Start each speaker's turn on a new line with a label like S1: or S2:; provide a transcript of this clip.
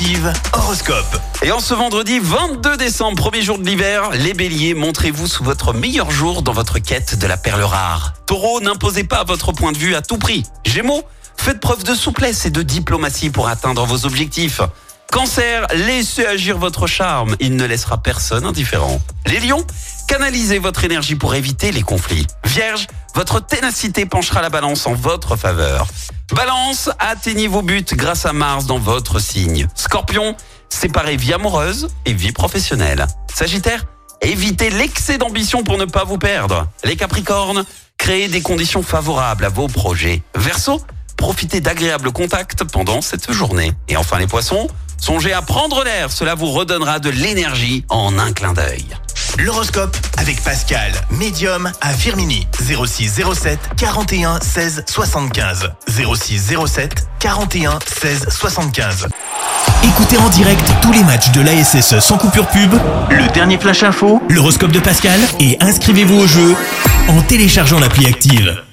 S1: Active Horoscope.
S2: Et en ce vendredi 22 décembre, premier jour de l'hiver, les béliers, montrez-vous sous votre meilleur jour dans votre quête de la perle rare. Taureau, n'imposez pas votre point de vue à tout prix. Gémeaux, faites preuve de souplesse et de diplomatie pour atteindre vos objectifs. Cancer, laissez agir votre charme, il ne laissera personne indifférent. Les lions, canalisez votre énergie pour éviter les conflits. Vierge, votre ténacité penchera la balance en votre faveur. Balance, atteignez vos buts grâce à Mars dans votre signe. Scorpion, séparez vie amoureuse et vie professionnelle. Sagittaire, évitez l'excès d'ambition pour ne pas vous perdre. Les Capricornes, créez des conditions favorables à vos projets. Verseau, profitez d'agréables contacts pendant cette journée. Et enfin les Poissons, songez à prendre l'air, cela vous redonnera de l'énergie en un clin d'œil.
S1: L'horoscope avec Pascal, médium à Firminy. 06 07 41 16 75. 06 07 41 16 75. Écoutez en direct tous les matchs de l'ASSE sans coupure pub, le dernier flash info, l'horoscope de Pascal et inscrivez-vous au jeu en téléchargeant l'appli Active.